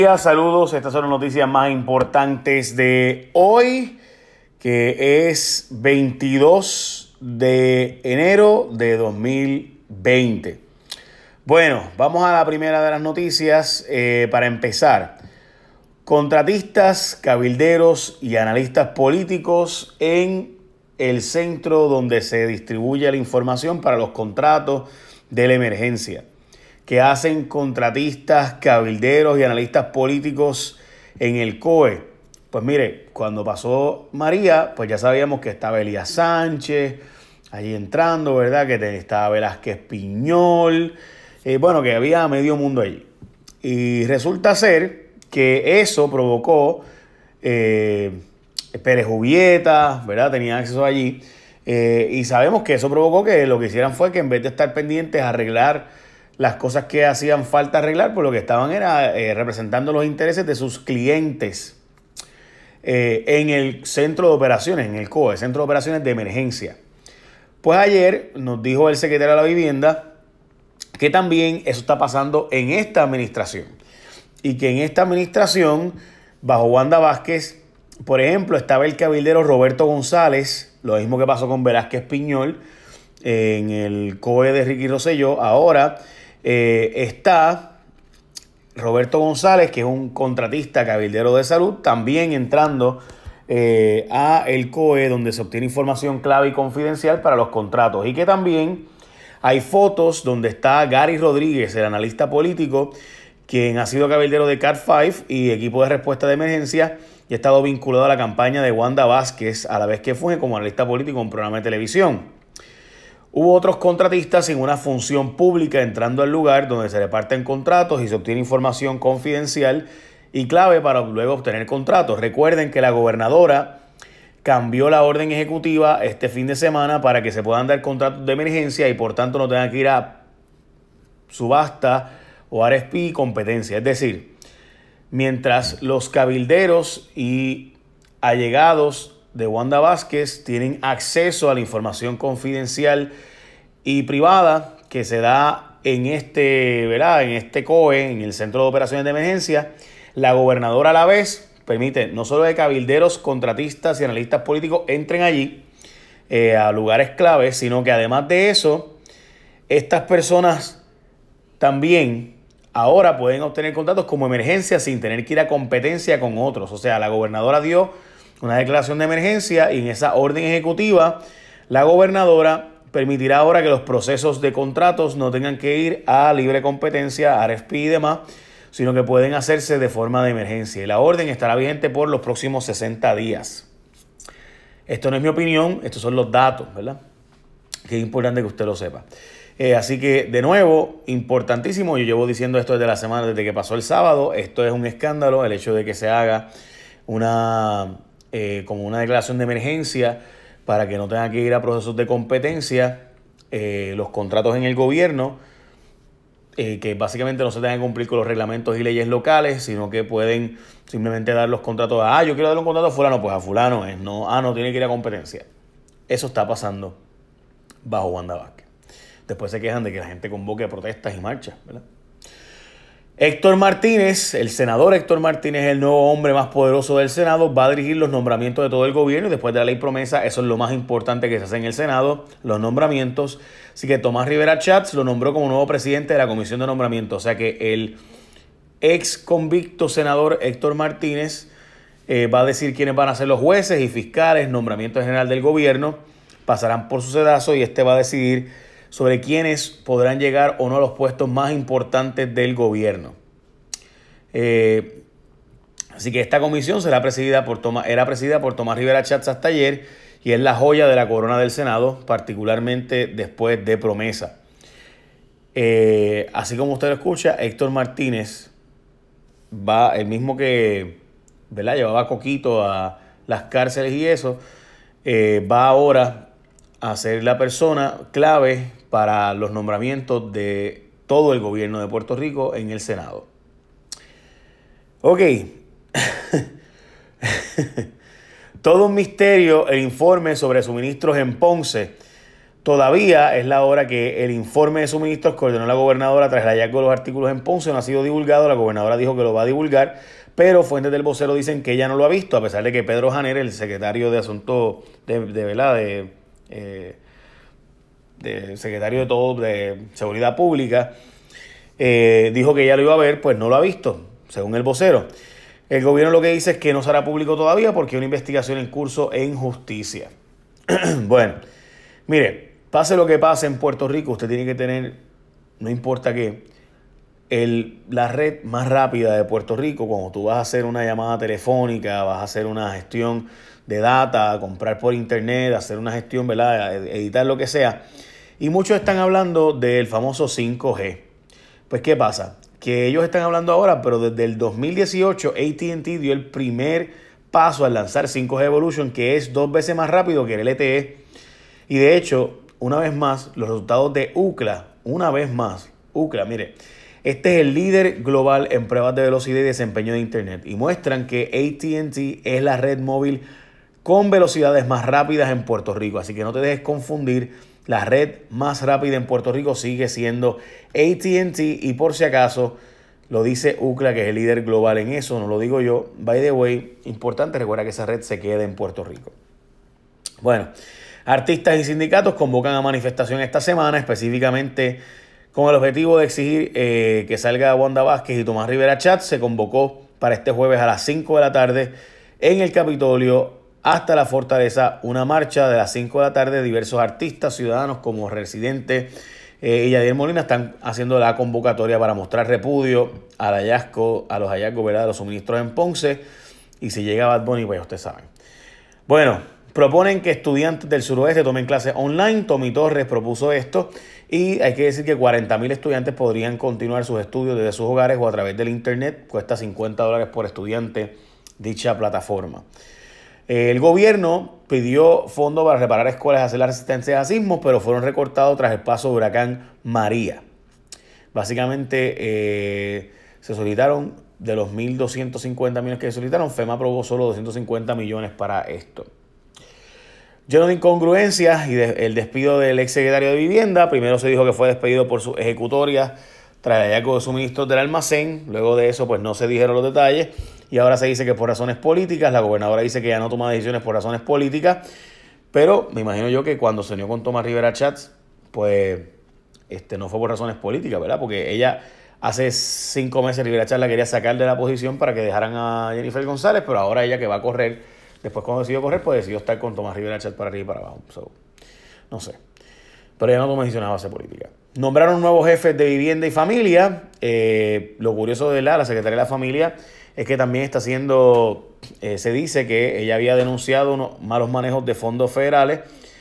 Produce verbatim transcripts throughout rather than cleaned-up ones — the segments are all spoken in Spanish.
Saludos, estas son las noticias más importantes de hoy, que es veintidós de enero de dos mil veinte. Bueno, vamos a la primera de las noticias. Eh, para empezar, contratistas, cabilderos y analistas políticos en el centro donde se distribuye la información para los contratos de la emergencia. ¿Qué hacen contratistas, cabilderos y analistas políticos en el C O E? Pues mire, cuando pasó María, pues ya sabíamos que estaba Elías Sánchez ahí entrando, ¿verdad? Que estaba Velázquez Piñol, eh, bueno, que había medio mundo allí. Y resulta ser que eso provocó, eh, Pérez Jubieta, ¿verdad? Tenían acceso allí. Eh, y sabemos que eso provocó que lo que hicieran fue que en vez de estar pendientes a arreglar las cosas que hacían falta arreglar, pues lo que estaban era eh, representando los intereses de sus clientes eh, en el centro de operaciones, en el C O E, Centro de Operaciones de Emergencia. Pues ayer nos dijo el secretario de la Vivienda que también eso está pasando en esta administración y que en esta administración, bajo Wanda Vázquez, por ejemplo, estaba el cabildero Roberto González, lo mismo que pasó con Velázquez Piñol eh, en el C O E de Ricky Rosselló. Ahora Eh, está Roberto González, que es un contratista cabildero de salud, también entrando eh, a el C O E, donde se obtiene información clave y confidencial para los contratos. Y que también hay fotos donde está Gary Rodríguez, el analista político, quien ha sido cabildero de Cat cinco y equipo de respuesta de emergencia y ha estado vinculado a la campaña de Wanda Vázquez, a la vez que fue como analista político en un programa de televisión. Hubo otros contratistas sin una función pública entrando al lugar donde se reparten contratos y se obtiene información confidencial y clave para luego obtener contratos. Recuerden que la gobernadora cambió la orden ejecutiva este fin de semana para que se puedan dar contratos de emergencia y por tanto no tengan que ir a subasta o R F P competencia. Es decir, mientras los cabilderos y allegados de Wanda Vázquez tienen acceso a la información confidencial y privada que se da en este, ¿verdad? En este C O E, en el Centro de Operaciones de Emergencia, la gobernadora a la vez permite no solo que cabilderos, contratistas y analistas políticos entren allí eh, a lugares claves, sino que además de eso, estas personas también ahora pueden obtener contratos como emergencia sin tener que ir a competencia con otros. O sea, la gobernadora dio una declaración de emergencia y en esa orden ejecutiva la gobernadora permitirá ahora que los procesos de contratos no tengan que ir a libre competencia, a R F P y demás, sino que pueden hacerse de forma de emergencia. Y la orden estará vigente por los próximos sesenta días. Esto no es mi opinión, estos son los datos, ¿verdad? Que es importante que usted lo sepa. Eh, así que, de nuevo, importantísimo, yo llevo diciendo esto desde la semana, desde que pasó el sábado, esto es un escándalo, el hecho de que se haga una... Eh, como una declaración de emergencia para que no tengan que ir a procesos de competencia eh, los contratos en el gobierno, eh, que básicamente no se tengan que cumplir con los reglamentos y leyes locales, sino que pueden simplemente dar los contratos a, ah, yo quiero dar un contrato a fulano, pues a fulano es, no, ah, no tiene que ir a competencia. Eso está pasando bajo Wanda Vázquez. Después se quejan de que la gente convoque protestas y marchas, ¿verdad? Héctor Martínez, el senador Héctor Martínez, el nuevo hombre más poderoso del Senado, va a dirigir los nombramientos de todo el gobierno y después de la ley promesa, eso es lo más importante que se hace en el Senado, los nombramientos. Así que Tomás Rivera Chats lo nombró como nuevo presidente de la Comisión de Nombramientos. O sea que el ex convicto senador Héctor Martínez eh, va a decir quiénes van a ser los jueces y fiscales, nombramiento general del gobierno, pasarán por su sedazo y este va a decidir sobre quiénes podrán llegar o no a los puestos más importantes del gobierno. Eh, así que esta comisión será presidida por Tomás, era presidida por Tomás Rivera Chats hasta ayer y es la joya de la corona del Senado, particularmente después de promesa. Eh, así como usted lo escucha, Héctor Martínez va, el mismo que, ¿verdad?, llevaba a Coquito a las cárceles y eso, eh, va ahora a ser la persona clave para los nombramientos de todo el gobierno de Puerto Rico en el Senado. Ok. Todo un misterio el informe sobre suministros en Ponce, Todavía es la hora que el informe de suministros que ordenó la gobernadora tras el hallazgo de los artículos en Ponce no ha sido divulgado. La gobernadora dijo que lo va a divulgar, pero fuentes del vocero dicen que ella no lo ha visto, a pesar de que Pedro Janer, el secretario de Asuntos de, de ¿verdad? De, eh, de secretario de todo de Seguridad Pública, eh, dijo que ella lo iba a ver, pues no lo ha visto, según el vocero. El gobierno lo que dice es que no será público todavía porque hay una investigación en curso en justicia. Bueno, mire, pase lo que pase en Puerto Rico, usted tiene que tener, no importa qué, el, la red más rápida de Puerto Rico. Cuando tú vas a hacer una llamada telefónica, vas a hacer una gestión de data, comprar por internet, hacer una gestión, ¿verdad? Editar lo que sea. Y muchos están hablando del famoso cinco G. Pues, ¿qué pasa? Que ellos están hablando ahora, pero desde el dos mil dieciocho A T and T dio el primer paso al lanzar cinco G Evolution, que es dos veces más rápido que el L T E. Y de hecho, una vez más, los resultados de Ookla, una vez más, Ookla, mire, este es el líder global en pruebas de velocidad y desempeño de Internet y muestran que A T and T es la red móvil con velocidades más rápidas en Puerto Rico. Así que no te dejes confundir, la red más rápida en Puerto Rico sigue siendo A T and T y por si acaso lo dice Ookla, que es el líder global en eso, no lo digo yo. By the way, importante, recuerda que esa red se queda en Puerto Rico. Bueno, artistas y sindicatos convocan a manifestación esta semana, específicamente con el objetivo de exigir eh, que salga Wanda Vázquez y Tomás Rivera Chatz. Se convocó para este jueves a las cinco de la tarde en el Capitolio hasta la Fortaleza una marcha de las cinco de la tarde. Diversos artistas, ciudadanos como Residente eh, y Yadier Molina están haciendo la convocatoria para mostrar repudio al hallazgo, a los hallazgos, ¿verdad?, de los suministros en Ponce. Y si llega Bad Bunny, pues ustedes saben. Bueno, proponen que estudiantes del suroeste tomen clases online. Tommy Torres propuso esto y hay que decir que cuarenta mil estudiantes podrían continuar sus estudios desde sus hogares o a través del internet. Cuesta cincuenta dólares por estudiante dicha plataforma. El gobierno pidió fondos para reparar escuelas y hacer la resistencia a sismos, pero fueron recortados tras el paso del huracán María. Básicamente eh, se solicitaron, de los mil doscientos cincuenta millones que se solicitaron, FEMA aprobó solo doscientos cincuenta millones para esto. Lleno de incongruencias y de, el despido del ex secretario de Vivienda. Primero se dijo que fue despedido por sus ejecutorias tras el hallazgo de suministros del almacén. Luego de eso, pues no se dijeron los detalles. Y ahora se dice que por razones políticas. La gobernadora dice que ya no toma decisiones por razones políticas. Pero me imagino yo que cuando se unió con Tomás Rivera Chatz, pues este, no fue por razones políticas, ¿verdad? Porque ella hace cinco meses Rivera Chatz la quería sacar de la posición para que dejaran a Jennifer González, pero ahora ella que va a correr, después cuando decidió correr, pues decidió estar con Tomás Rivera Chatz para arriba y para abajo. So, no sé. Pero ella no toma decisiones a base política. Nombraron nuevos jefes de vivienda y familia. Eh, lo curioso de la, la Secretaría de la Familia es que también está haciendo, eh, se dice que ella había denunciado unos malos manejos de fondos federales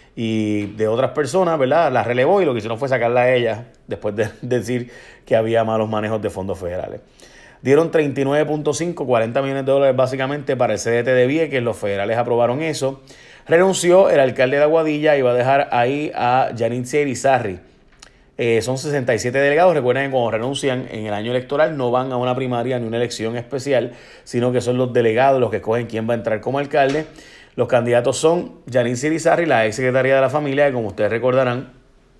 y de otras personas, ¿verdad? La relevó y lo que hicieron fue sacarla a ella después de decir que había malos manejos de fondos federales. Dieron treinta y nueve punto cinco, cuarenta millones de dólares básicamente para el C D T de Vieques. Los federales aprobaron eso. Renunció el alcalde de Aguadilla y va a dejar ahí a Yanitzia Irizarry. Eh, son sesenta y siete delegados. Recuerden que cuando renuncian en el año electoral no van a una primaria ni una elección especial, sino que son los delegados los que escogen quién va a entrar como alcalde. Los candidatos son Yanitzia Irizarry, la ex secretaria de la familia, que como ustedes recordarán,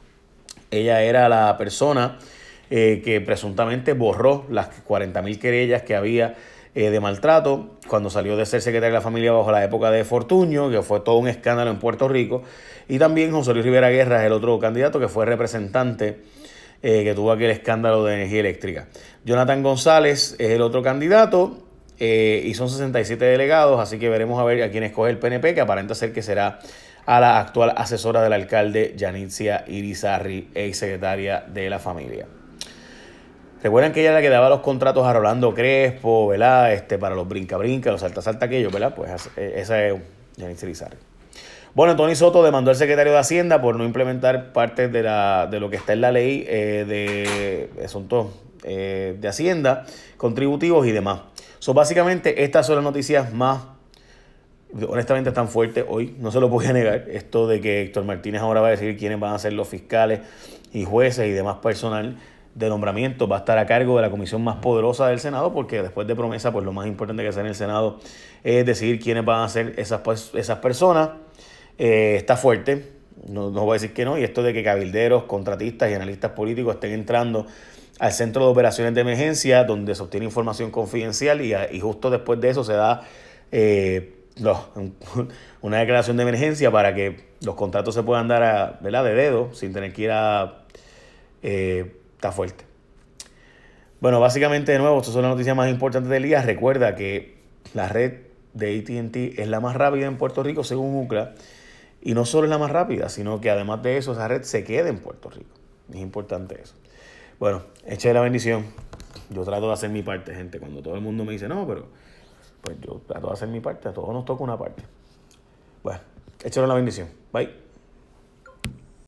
ella era la persona eh, que presuntamente borró las cuarenta mil querellas que había eh, de maltrato cuando salió de ser secretaria de la familia bajo la época de Fortuño, que fue todo un escándalo en Puerto Rico. Y también José Luis Rivera Guerra es el otro candidato que fue representante eh, que tuvo aquel escándalo de energía eléctrica. Jonathan González es el otro candidato eh, y son sesenta y siete delegados, así que veremos a ver a quién escoge el P N P, que aparenta ser que será a la actual asesora del alcalde Yanitzia Irizarry, ex secretaria de la familia. Recuerdan que ella era la que daba los contratos a Rolando Crespo, ¿verdad? Este, para los brinca-brinca, los salta-salta aquellos, ¿verdad? Pues esa es Yanitzia Irizarry. Bueno, Tony Soto demandó al secretario de Hacienda por no implementar parte de, la, de lo que está en la ley eh, de asuntos eh, de Hacienda, contributivos y demás. So, básicamente, estas son las noticias más, honestamente, tan fuertes hoy. No se lo voy a negar. Esto de que Héctor Martínez ahora va a decir quiénes van a ser los fiscales y jueces y demás personal de nombramiento va a estar a cargo de la comisión más poderosa del Senado, porque después de promesa, pues lo más importante que hacer en el Senado es decidir quiénes van a ser esas, esas personas. Eh, está fuerte. no, no voy a decir que no, y esto de que cabilderos, contratistas y analistas políticos estén entrando al centro de operaciones de emergencia donde se obtiene información confidencial y, y justo después de eso se da eh, no, una declaración de emergencia para que los contratos se puedan dar a, ¿verdad? De dedo sin tener que ir a... Eh, está fuerte. Bueno, básicamente de nuevo, estas son las noticias más importantes del día. Recuerda que la red de A T and T es la más rápida en Puerto Rico según Ookla. Y no solo es la más rápida, sino que además de eso, esa red se queda en Puerto Rico. Es importante eso. Bueno, eche la bendición. Yo trato de hacer mi parte, gente. Cuando todo el mundo me dice, no, pero pues yo trato de hacer mi parte. A todos nos toca una parte. Bueno, échale la bendición. Bye.